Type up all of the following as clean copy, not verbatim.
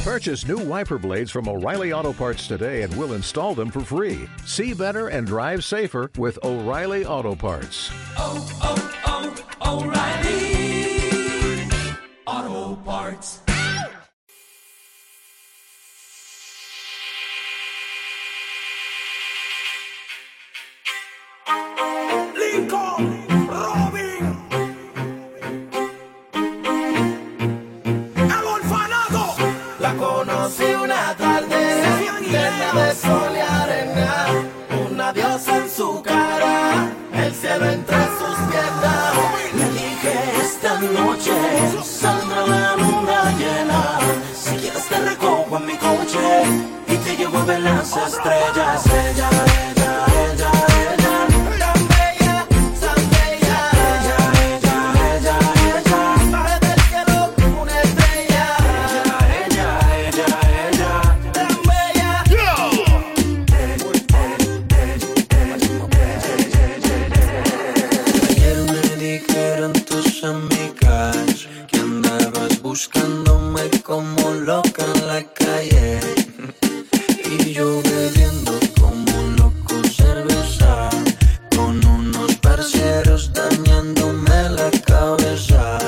Purchase new wiper blades from O'Reilly Auto Parts today and we'll install them for free. See better and drive safer with O'Reilly Auto Parts. O'Reilly Auto Parts. Lincoln, Robin, el orfanato. La conocí una tarde llena de sol y arena, una diosa en su cara, el cielo entre sus piernas. Le dije esta noche saldrá la luna llena, si quieres te recojo en mi coche y te llevo a ver las estrellas. Ella, tan bella, tan bella. Ella, baja del cielo como una estrella. Ella, tan bella. Ayer me dijeron tus amigas que andabas buscándome como loca en la calle, y yo bebiendo como un loco cerveza, con unos parceros dañándome la cabeza.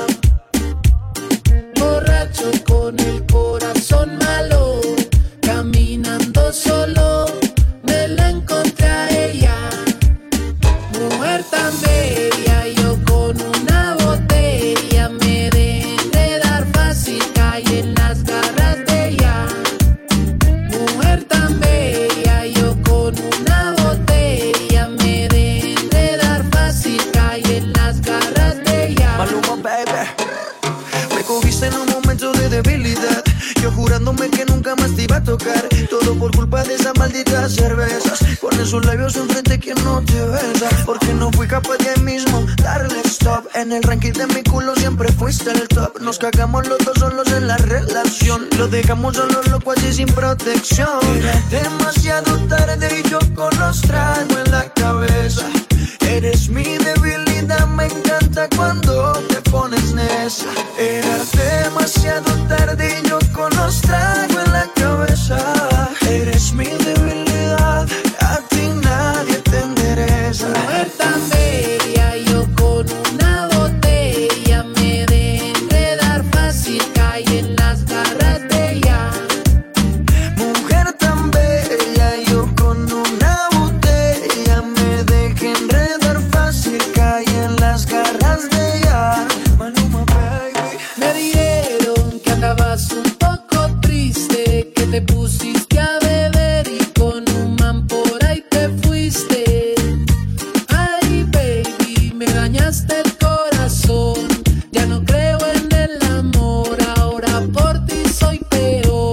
Borracho con el corazón malo, caminando solo, me la encontré a ella. Mujer tan bella, yo con una botella me dejé enredar fácil, caí en las garras de ella. Mujer tan bella, yo con una botella me dejé enredar fácil, caí en las garras de ella. Maluma, baby, me cogiste en un momento de debilidad, yo jurándome que nunca más te iba a tocar, todo por culpa de esas malditas cervezas, con esos labios enfrente que no te besa, porque no fui capaz de ahí mismo darle stop. En el ranking de mi culo siempre fuiste el top, nos cagamos los dos solos en la relación, lo dejamos solos locos así sin protección. Era demasiado tarde y yo con los tragos en la cabeza, eres mi debilidad, me encanta cuando te pones necia. Era demasiado tarde y yo con los tragos en la cabeza, eres mi debilidad, a ti nadie te endereza. Mujer tan bella, yo con una botella me dejé enredar fácil, caí en las garras de ella. Mujer tan bella, yo con una botella me dejé enredar fácil, caí en las garras de ella. Maluma, baby. Me dijeron que andabas un poco triste, que te pusiste a beber y con un man por ahí te fuiste. Ay, baby, me dañaste el corazón, ya no creo en el amor, ahora por ti soy peor.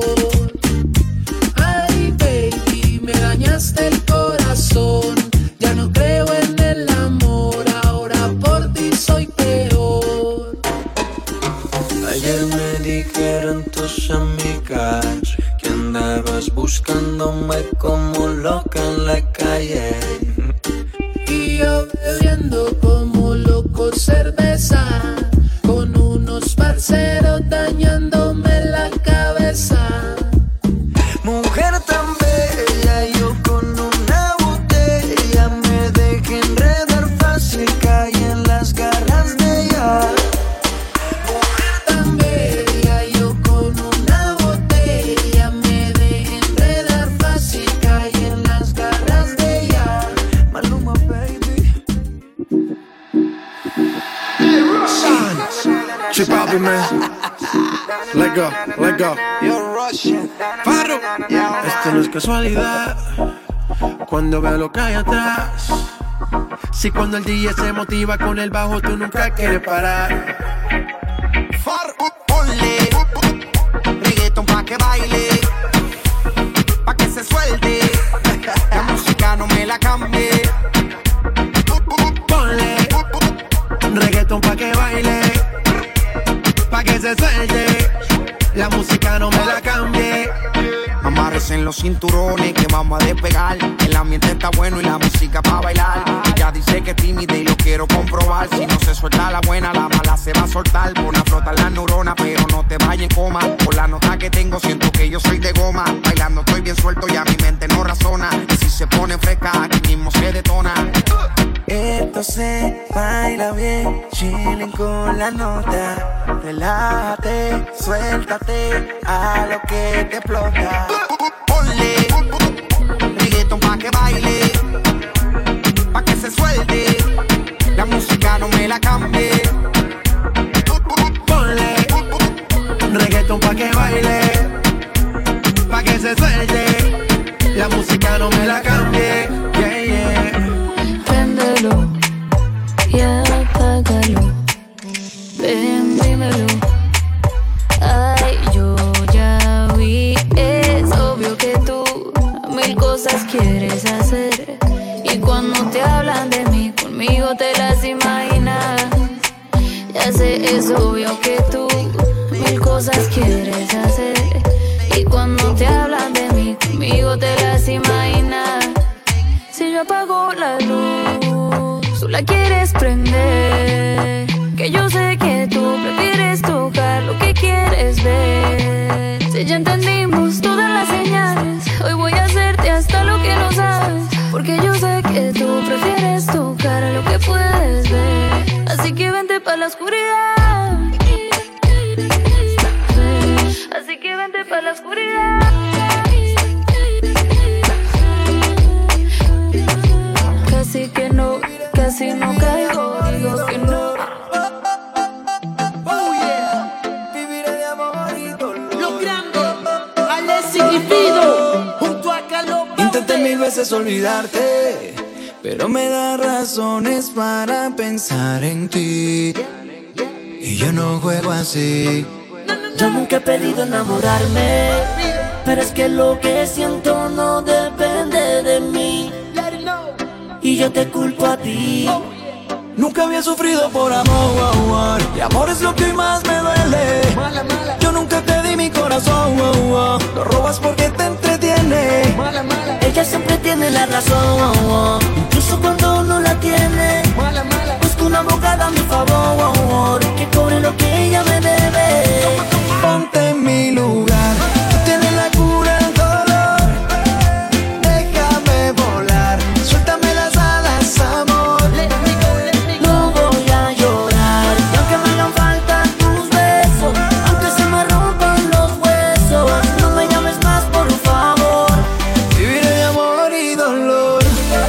Ay, baby, me dañaste el corazón, ya no creo en el amor, ahora por ti soy peor. Ayer me dijeron tus amigas que andabas buscándome como loca en la calle, y yo bebiendo como loco cerveza, con unos parceros dañándome la cabeza. Mujer tan bella, yo con una botella me dejé enredar fácil, caí en las garras de ella. Mujer tan bella, yo con una botella me dejé enredar fácil, caí en las garras de ella. Maluma, baby. Chip out me, man. Let go, let go. You're Russian. Farro. Esto no es casualidad. Cuando veo lo que hay atrás. Si cuando el DJ se motiva con el bajo, tú nunca quieres parar. Farro, ponle reggaeton pa' que baile, pa' que se suelte. La música no me la cambie. Ponle reggaeton pa' que baile, pa' que se suelte. La música no me la cambie. Amarres en los cinturones que vamos a despegar. El ambiente está bueno y la música pa' bailar. Ella dice que es tímida y lo quiero comprobar. Si no se suelta la buena, la mala se va a soltar. Pon a flotar las neuronas, pero no te vayas en coma. Por la nota que tengo siento que yo soy de goma. Bailando estoy bien suelto, ya mi mente no razona. Y si se pone fresca, aquí mismo se detona. Esto se baila bien, chilling con la nota. Relájate, suéltate a lo que te explota. Ponle reggaeton pa' que baile, pa' que se suelte. La música no me la cambie. Ponle reggaeton pa' que baile, pa' que se suelte. La música no me la cambie. Yeah, yeah. Préndelo y apágalo. Ven, dímelo. Ay, yo ya vi. Es obvio que tú mil cosas quieres hacer. Y cuando te hablan de mí, conmigo te las imaginas. Ya sé, es obvio que tú mil cosas quieres hacer. Y cuando te hablan de mí, conmigo te las imaginas. Si yo apago la luz, tú la quieres prender. Que yo sé que tú prefieres tocar lo que quieres ver. Si ya entendimos todas las señales, hoy voy a hacerte hasta lo que no sabes. Porque yo sé que tú prefieres tocar lo que puedes ver. Así que vente pa' la oscuridad. Así que vente pa' la oscuridad. Casi no caigo, digo que no. Oh yeah, viviré de amor y dolor. Los grandes, Alexis y Fido, junto a Carlos. Intenté 1000 veces olvidarte, pero me da razones para pensar en ti. Y yo no juego así. Yo nunca he pedido enamorarme, pero es que lo que siento no depende de mí. Y yo te culpo a ti. Nunca había sufrido por amor, y amor es lo que más me duele. Yo nunca te di mi corazón, lo robas porque te entretiene. Ella siempre tiene la razón, incluso cuando no la tiene. Busco una abogada a mi favor, que cobre lo que ella me debe. Ponte en mi lugar, tú tienes la cura del dolor. Déjame volar, suéltame las alas, amor. No voy a llorar, y aunque me hagan falta tus besos, aunque se me rompan los huesos, no me llames más, por favor. Viviré de amor y dolor.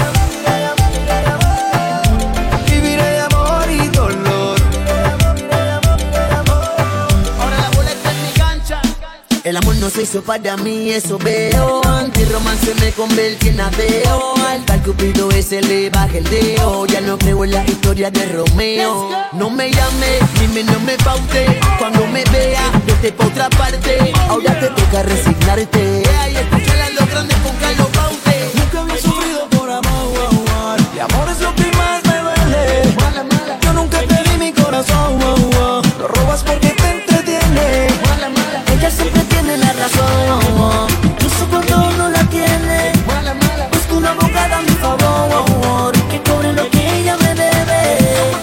Viviré de amor y dolor. Ahora la bola está en mi cancha. El amor no se hizo para mí, eso veo. Antirromance me convertí en ateo. Al tal Cupido ese le baja el dedo. Ya no creo en la historia de Romeo. No me llame, ni no me paute. Cuando me vea, vete pa' otra parte. Ahora te toca resignarte. Ay, escúchala a los grandes con Carlos Baute. Nunca había sufrido por amor, y amor es lo que más me duele. Yo nunca te di mi corazón, lo robas porque te entretiene. Ella siempre tiene la razón, incluso cuando no la tiene. Busco una abogada a mi favor, que cobre lo que ella me debe.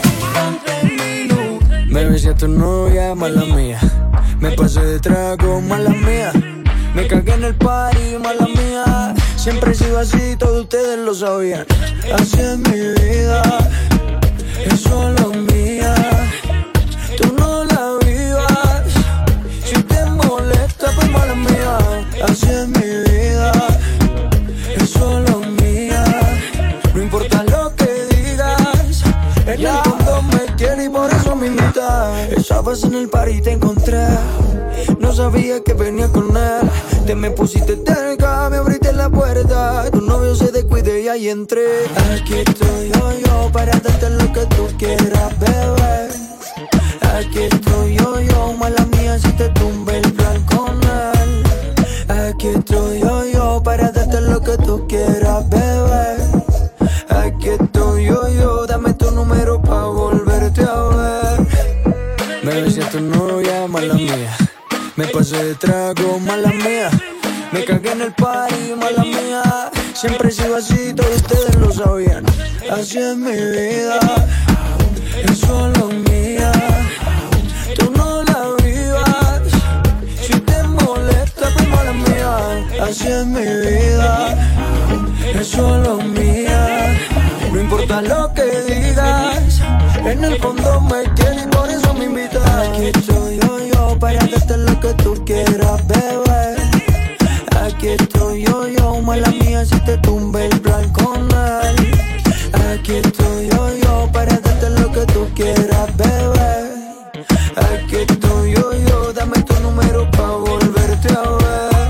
Me besé a tu novia, mala mía. Me pasé de trago, mala mía. Me cagué en el party, mala mía. Siempre he sido así, todos ustedes lo sabían. Así es mi vida, es solo mía. Tú no la vivas, si te molesta, pues mala mía. Así es mi vida, es solo mía. No importa lo que digas, en el fondo me quiere y por eso me invita. Estabas en el party y te encontré, no sabía que venía con él. Te me pusiste cerca, me abriste la puerta. Tu novio se descuide y ahí entré. Aquí estoy yo para darte lo que tú quieras, bebé. Aquí estoy yo, mala mía si te tumbe el plan con él. Aquí estoy yo para darte lo que tú quieras, bebé. Aquí estoy yo, dame tu número pa' volverte a ver. Me besé a tu novia, mala mía. Me pasé de trago, mala mía. Me cagué en el party, mala mía. Siempre sigo así, todos ustedes lo sabían. Así es mi vida, es solo mía. Tú no la vivas, si te molesta, pues mala mía. Así es mi vida, es solo mía. No importa lo que digas, en el fondo me quieres y por eso me invitas. Aquí estoy yo, para darte lo que tú quieras, bebé. Aquí estoy yo, mala mía, si te tumbe el plan con él. Aquí estoy yo, para darte lo que tú quieras, bebé. Aquí estoy yo, dame tu número pa' volverte a ver.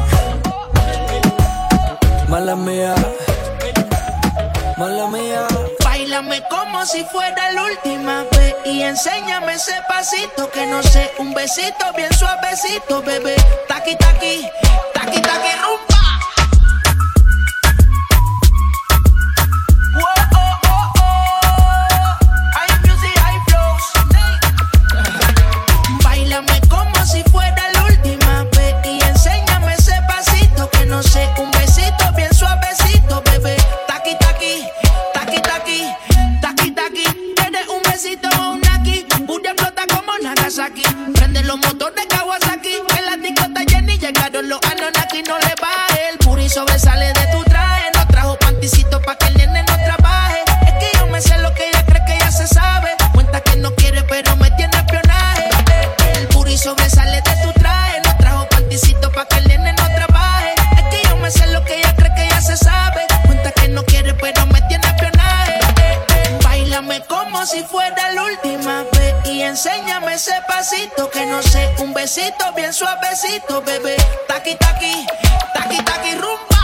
Mala mía, mala mía. Báilame como si fuera la última vez y enséñame ese pasito que no sé, un besito bien suavecito, bebé. Taqui, taqui, taqui, taqui, rumba. Báilame como si fuera la última vez y enséñame ese pasito que no sé, un besito bien suavecito, bebé. Taqui, taqui, taqui, taqui, taqui, taqui. Tienes un besito o un aquí, Buria explota como Nagasaki. Prende los motores Kawasaki, en la disco está llena y llegaron los Anunnaki. No le baje, el puri sobresale de tu traje. No trajo panticito pa' que el nene no trabaje. Es que yo me sé lo que ella cree que ya se sabe. Cuenta que no quiere pero me tiene espionaje. El puri sobresale de tu traje. No trajo panticito pa' que el nene no trabaje. Es que yo me sé lo que ella cree que ya se sabe. Cuenta que no quiere pero me tiene espionaje. Báilame como si fuera la última vez y enséñame ese pasito que no sé, un besito bien suavecito, bebé. Taqui, taqui, taqui, taqui, rumba.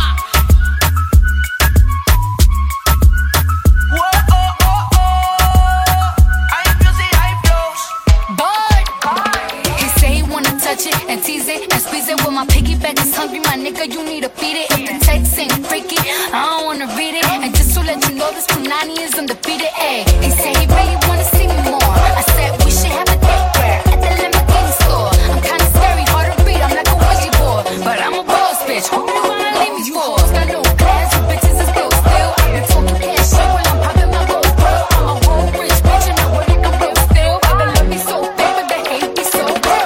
And tease it and squeeze it. When my piggyback is hungry, my nigga, you need to feed it. If the text ain't freaky, I don't wanna read it. And just to let you know, this Punani is undefeated. Ayy, he said he really wanna see me more. I said we should have a date where at the Lamborghini store. I'm kinda scary, hard to read, I'm like a Ouija board, but I'm a boss bitch. Who you gonna leave me for? Got no class, you bitches is still. I've been talking cash shit while I'm popping my gold pearl. I'm a whole rich bitch and I work like a real still. But the love be so big, but the hate be so real.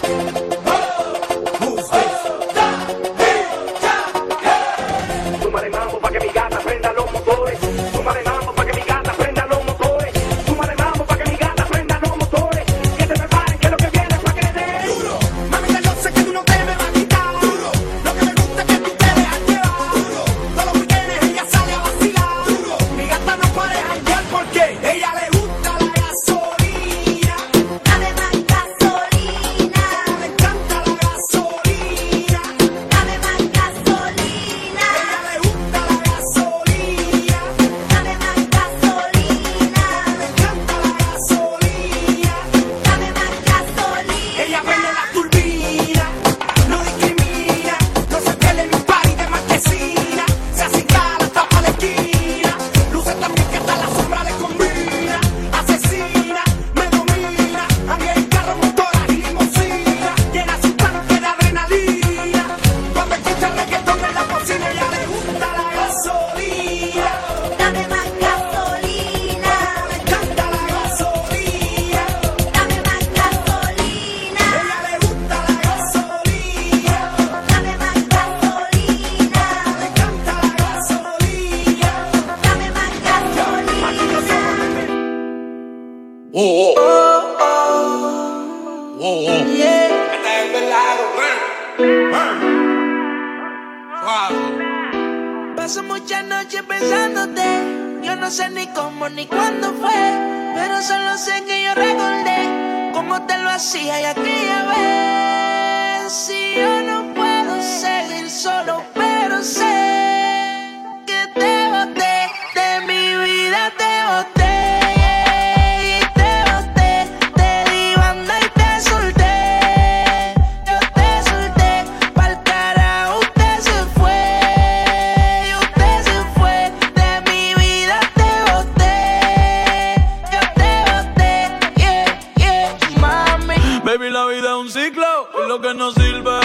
Súmale mambo pa' que mi gata prenda los motores. Súmale mambo pa' que mi gata prenda los motores. Súmale mambo pa' que mi gata prenda los motores. Que se preparen que lo que viene es pa' que le den duro. Mami, que yo sé que tú no te me vas a quitar duro. Lo que me gusta es que tú te dejas llevar duro. Todos los weekendes ella sale a vacilar duro. Mi gata no puede janguear porque ella le gusta la gasolina. Dame más gasolina. Le encanta la gasolina. Dame más gasolina. Ella le gusta la gasolina. Dame más gasolina. Le encanta la gasolina. Dame más gasolina. Ella prende la turbina, no discrimina, no se pierde en un party de marquesina, se acicala, tapa la esquina, luce también que hasta la sombra le combina, asesina, me domina, a mí hay carro, motora y limusina, llena su tanque de adrenalina, cuando escucha el reggaetón en la cocina, ella le gusta la gasolina, Dame más gasolina. le encanta la gasolina, Dame más gasolina. ella le gusta la gasolina. Dame más gasolina. Le encanta la gasolina. Dame más gasolina. Paso muchas noches pensándote. Yo no sé ni cómo ni cuándo fue, pero solo sé que yo recordé cómo te lo hacía y aquella vez. Si yo no puedo seguir solo, pero sé que te boté de mi vida, te boté. Y te boté, te di banda y te solté. Yo te solté, pa'l carajo usted se fue. Y usted se fue, de mi vida te boté. Yo te boté, yeah, yeah, mami. Baby, la vida es un ciclo y lo que no sirve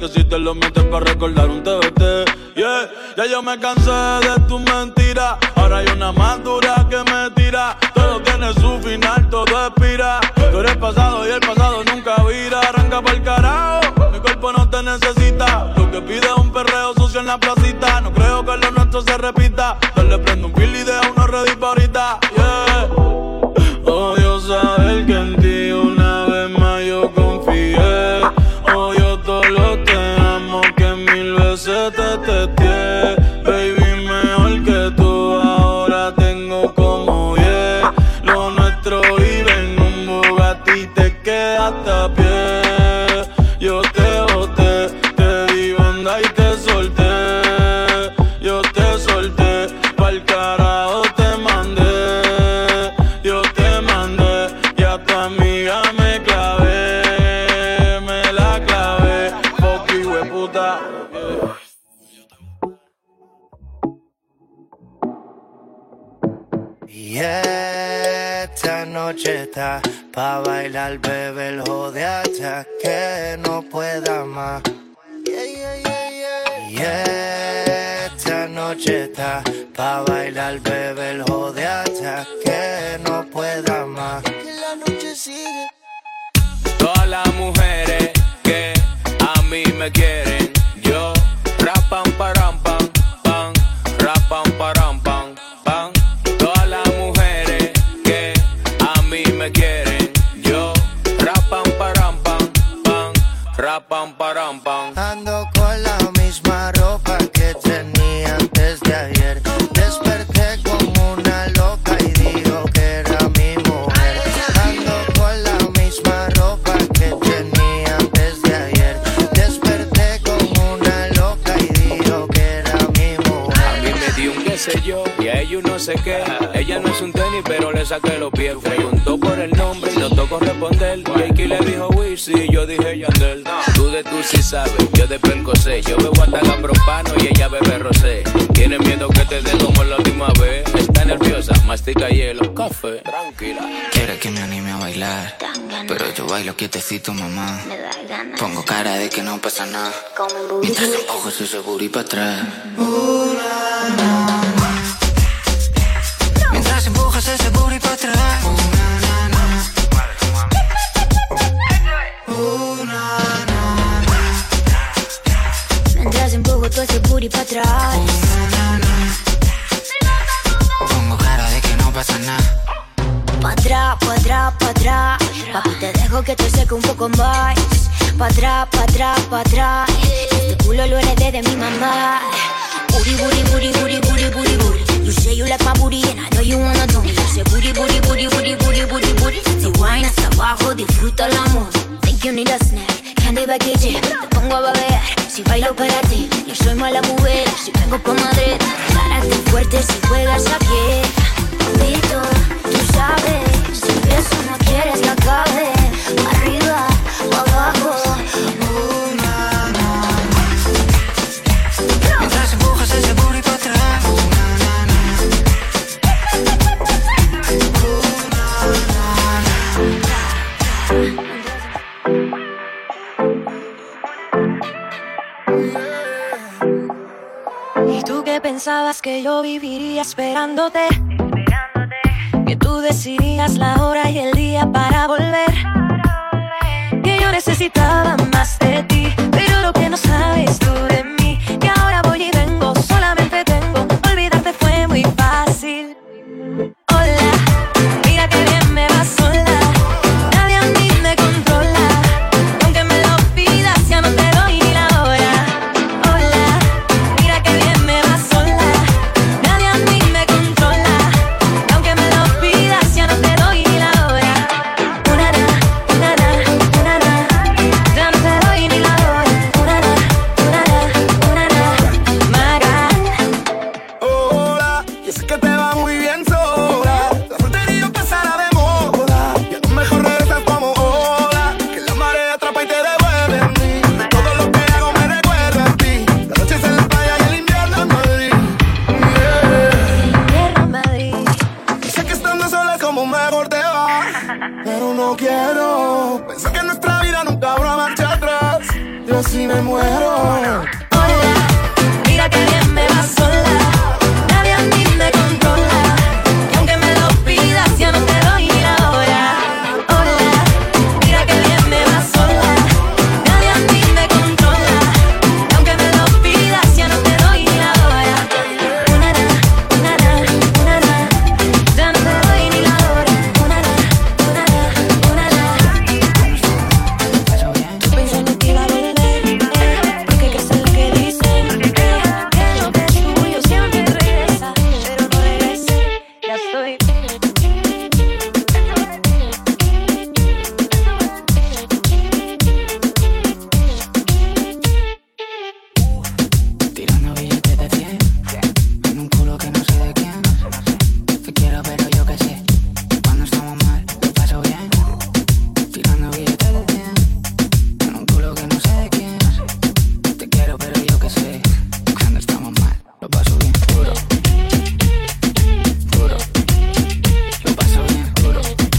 que si te lo metes para recordar un TBT. Yeah, ya yo me cansé de tus mentiras. Ahora hay una más dura que me tira. Todo tiene su final, todo expira. Tú eres pasado y el pasado nunca vira. Arranca pa'l carajo, mi cuerpo no te necesita. Lo que pide es un perreo sucio en la placita. No creo que lo nuestro se repita. Dale, prendo un pill y deja uno ready pa' ahorita. Yeah. Odio saber que en ti una vez más yo confié. Odio todo lo te amo que 1000 veces te testé. Baby, mejor que tú ahora tengo como 10. Lo nuestro vive en un Bugatti, te quedaste a pie. Yo te boté, te di banda y te solté. Yo te solté, pa'l carajo te mandé. Yo te mandé y a tu amiga me clavé. Me la clavé, fuck you, hueputa. Y esta noche está pa' bailar, bebé, el jode hasta que no pueda más. Y esta noche está pa' bailar, bebé, el jode hasta que no pueda más. Que la noche sigue. Todas las mujeres que a mí me quieren, yo rapam param pam pam, rapam param pam pam. Todas las mujeres que a mí me quieren, yo rapam param pam pam, rapam param pam. Ando con la misma ropa que tenía antes de ayer. Desperté como una loca y dijo que era mi mujer. Ando con la misma ropa que tenía antes de ayer. Desperté como una loca y dijo que era mi mujer. A mí me dio un qué sé yo y a ellos no sé qué. Ella no es un tenis pero le saqué los pies. Preguntó por el nombre y no tocó responder. Jakey le dijo Wiz y yo dije Yandel. Tú de tú sí sabes, yo de Percocé. Yo bebo hasta propano y ella bebe rosé. Tiene miedo que te dé como la última vez. Está nerviosa, mastica hielo, café, tranquila. Quiere que me anime a bailar, pero yo bailo quietecito, mamá. Pongo cara de que no pasa nada, mientras empujo ese booty pa' atrás. Mientras empujas ese booty pa' atrás. Mientras empujo todo ese booty pa' atrás. Pongo cara de que no pasa nada. Pa' atrás, pa' atrás, pa' atrás. Papi, te dejo que te seque un poco más. Pa' atrás, pa' atrás, pa' atrás. Este culo lo heredé de mi mamá. Booty, booty, booty, booty, booty, booty, booty. You say you like my booty and I know you wanna do me. You say booty, booty, booty, booty, booty, booty, booty. Si wine hasta abajo, disfruta el amor. Think you need a snack, candy package. Te pongo a babear, si bailo para ti. Yo soy mala mujer, si vengo con Madrid. Párate fuerte si juegas aquí. Papito, tú sabes, si eso no quieres que acabe. Arriba o abajo. Mientras empujas ese booty pa' atrás. ¿Y tú qué pensabas que yo viviría esperándote? Que tú decidirías la hora y el día para volver. Que yo necesitaba más de ti, pero lo que no sabes tú de mí, que ahora voy y vengo, solamente tengo. Olvidarte fue muy fácil. Hola, mira que bien me va sola. Nadie a mí me controla. Aunque me lo pidas, ya no te doy ni la hora. Hola, mira que bien me va sola. Nadie a mí me controla. Aunque me lo pidas, ya no te doy ni la hora. Una na, ya no te doy ni la hora. me muero. Hola, mira que bien me va sola. Nadie a mí me controla. Y aunque me lo pidas, ya no te doy ni la hora. Hola, mira que bien me va sola. Nadie a mí me controla. Y aunque me lo pidas, ya no te doy ni la hora. Una hora, ya no te doy ni la hora. Una hora. Tú pensando que iba a volver, porque que sé lo que dicen, que lo que es tuyo siempre regresa, pero no regrese, ya estoy. Tirando billetes de 100 en un culo que no sé de quién. Te quiero pero yo que sé. Cuando estamos mal lo paso bien. Tirando billetes de 100 en un culo que no sé de quién. Te quiero pero yo que sé. Cuando estamos mal lo paso bien. Duro, duro. Lo paso bien. Duro,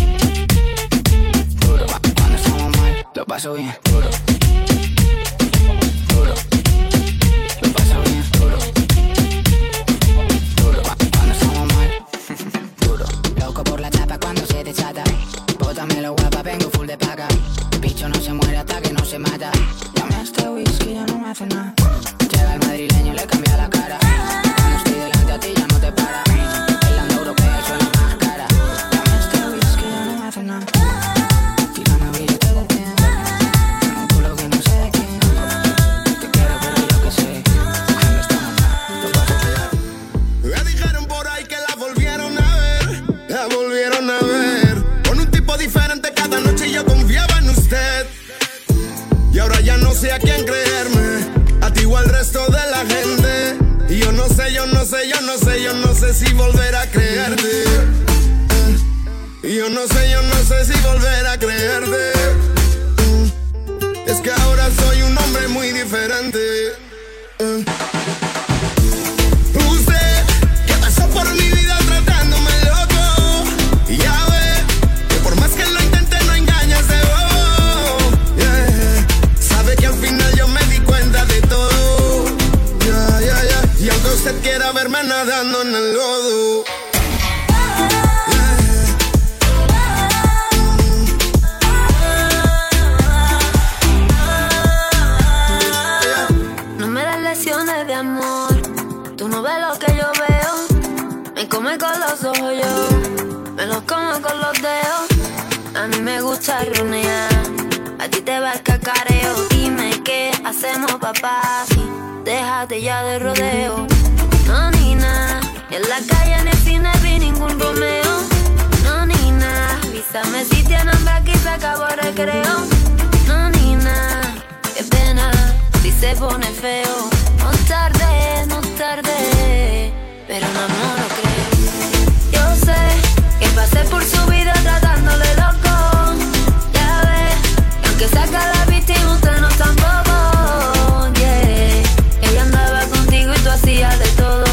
duro. Cuando estamos mal lo paso bien. Duro, duro. Lo paso bien, duro, duro. Cuando estamos mal, duro. Loco por la chapa cuando se desata. Bótamelo guapa, vengo full de paga. Bicho no se muere hasta que no se mata. Dame este whisky, ya no me hace nada. Llega el madrileño, le cambia la cara. Cuando estoy delante a ti ya no te para. El lando europeo suena más cara. Dame este whisky, ya no me hace nada. Tirando billetes de 100 en un culo que no sé de quién. Te quiero pero yo que sé. Cuando estamos mal, lo paso bien. Me dijeron por ahí que la volvieron a ver. La volvieron a ver. Con un tipo diferente cada noche yo confiaba en usted. Y ahora ya no sé a quién creerme. A ti o al resto de la gente. Y yo no sé si volver a creerte. Y yo no sé si volver a creerte. Es que ahora soy un hombre muy diferente. Usted, que pasó por mi vida tratándome loco. Y ya ve, que por más que lo intente no engañas de bobo. Yeah. Sabe que al final yo me di cuenta de todo. Y aunque usted quiera verme nadando en el lodo. No me das lecciones de amor. Tú no ves lo que yo veo. Me come con los ojos yo. Me los como con los dedos. A mí me gusta runear. A ti te va el cacareo. Dime qué hacemos, papá. Sí, déjate ya de rodeo. No, ni nada. En la calle ni el cine vi ningún Romeo. No, ni nada. Avísame si tiene hambre, aquí se acabó el recreo. No, ni nada. Qué pena si se pone feo. No tarde, pero no lo creo. Yo sé que pasé por su vida tratándole loco. Ya ves, que aunque saca la víctima usted no es tan bobo. Yeah, ella andaba contigo y tú hacías de todo.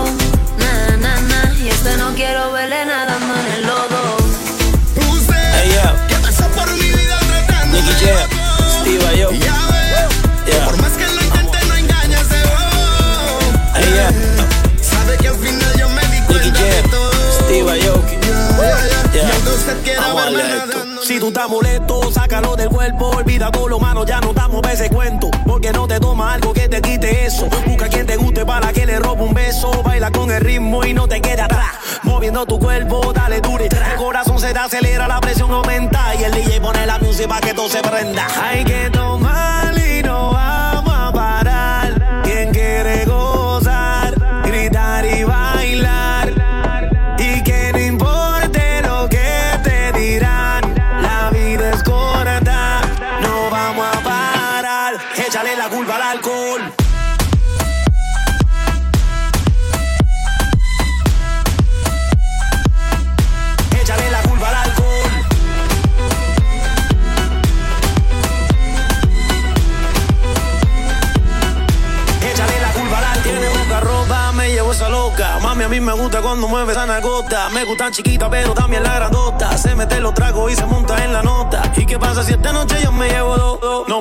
Y este no quiero verle nadando en el lodo. Usted, Hey, yo. que pasó por mi vida tratándome Nicky Jam, loco. Steve Aoki. Y ya ves, que Yeah. por más que lo intente no engañas de bobo. Hey, yeah. Sabe que al final yo me di Nicky cuenta de Jam, todo. Steve Aoki. Y aunque usted quiera Vamos a verme darle esto. nadando. Si tú estás molesto, sácalo del cuerpo. Olvida todo lo malo, ya no damos ese cuento. Porque no te toma algo que te quite eso. Busca quien te guste para que le robe un beso. Baila con el ritmo y no te quede atrás. Moviendo tu cuerpo, dale dure. El corazón se te acelera, la presión aumenta. Y el DJ pone la música para que todo se prenda. Hay que tomar y no vamos a parar. Quien quiere gozar, gritar y bailar. Y que no importe lo que te dirán. La vida es corta, no vamos a parar. Échale la culpa al alcohol. Échale la culpa al alcohol. Échale la culpa al alcohol. Tiene poca ropa, me llevo esa loca. Mami, a mí me gusta cuando mueve esa nalgota. Me gustan chiquita, pero también la grandota. Se mete los tragos y se monta en la nota. ¿Y qué pasa si esta noche yo me llevo dos? No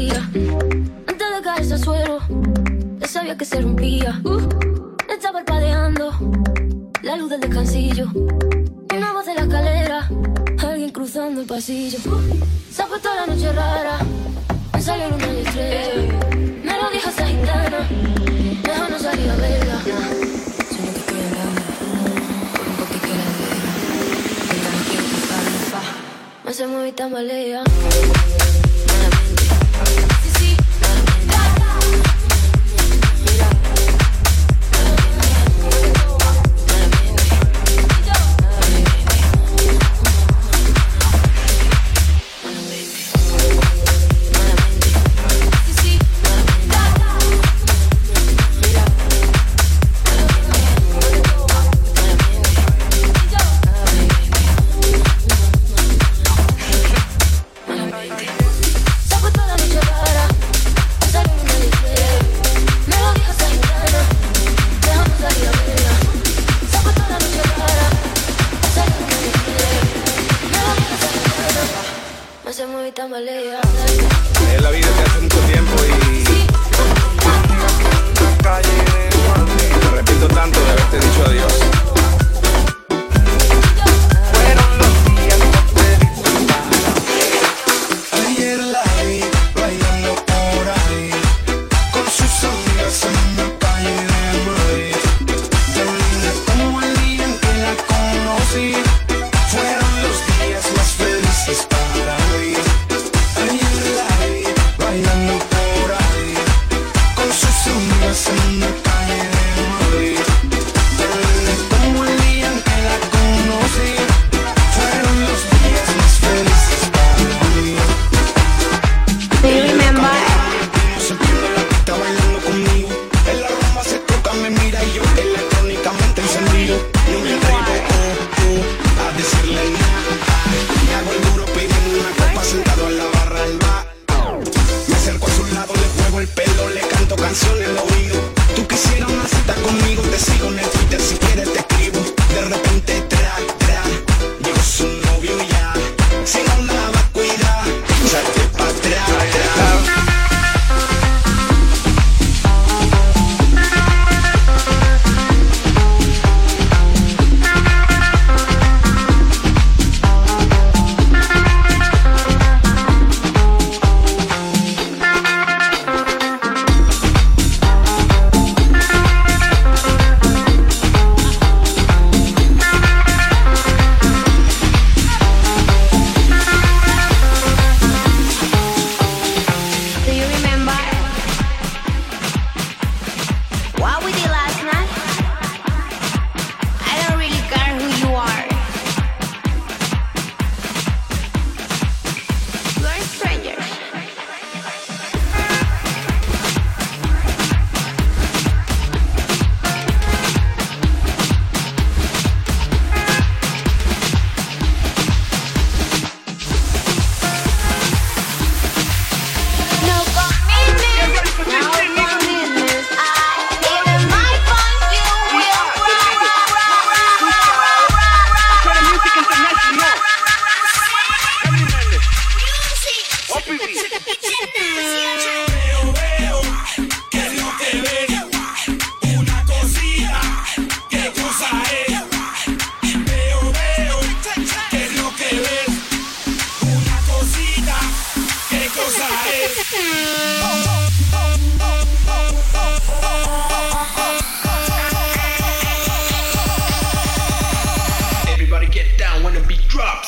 quería. Antes de caerse al suelo, ya sabía que se rompía. Estaba parpadeando la luz del descansillo. Una voz de la escalera, alguien cruzando el pasillo. Se ha puesto la noche rara, me salió una de estrella. Me lo dijo esa gitana, mejor no salir a verla. Sueño que estoy andando por un poquito de ladera. Pero no quiero cruzarla, me se mueve y tambalea. Es la vida de hace mucho tiempo y me repito tanto de haberte dicho adiós. Fueron los días ayer la vi bailando por ahí con sus amigas en la calle de Madrid. Tan linda como el día en que la conocí. Fueron los días más felices para mí. Ayer la vi bailando por ahí con sus amigas en la calle de Madrid. Tan linda como el día en que la conocí. Fueron los días más felices para mí. Do you remember? Se pierde la pista bailando conmigo. En la rumba se toca, me mira y yo electrónicamente encendido. No me atrevo a decirle nada. Me hago el duro pidiendo una copa sentado en la barra del bar. Me acerco a su lado, le juego el pelo, le canto canciones al oído. Tú quisieras una cita conmigo, te sigo en el Twitter, si quieres te escribo. De repente llegó su novio ya. Si no la va a cuidar, échate pa' atrás. Do you remember what we did last night? I don't really care who you are. We're strangers. No commitment, no commitment. Even my phone you will Music International. Veo, que es lo que ves. Una cosita, qué cosa es. Veo, que es lo que ves. Una cosita, qué cosa es. Everybody get down when the beat drops.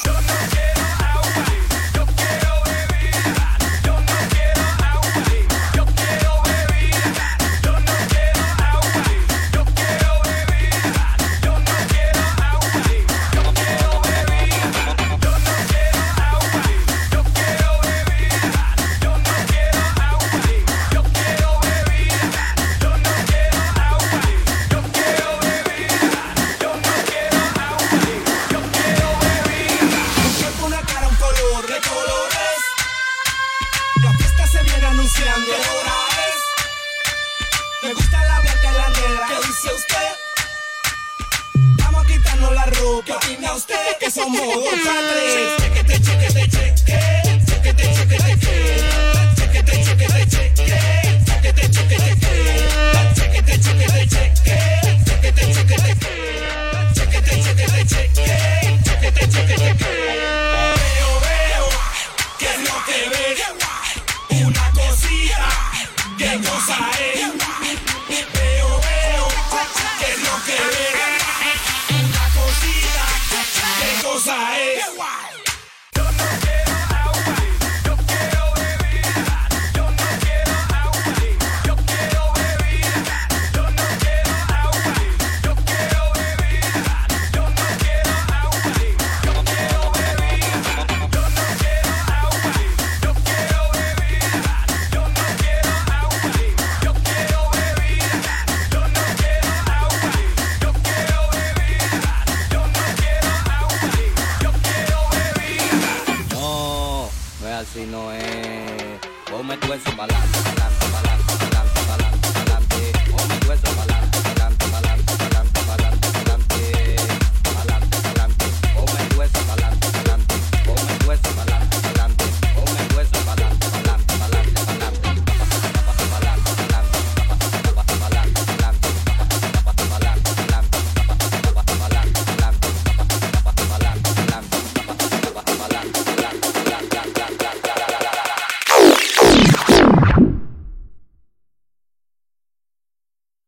Una cara, un color de colores. La fiesta se viene anunciando. ¿Qué hora es? Me gusta la blanca y la negra. ¿Qué dice usted? Vamos a quitarnos la ropa. ¿Qué opina usted? Que somos dos a tres. Chequete, chequete, chequete. Chequete, chequete, chequete. Chequete, chequete. pa'lante, pa'lante, pa'lante.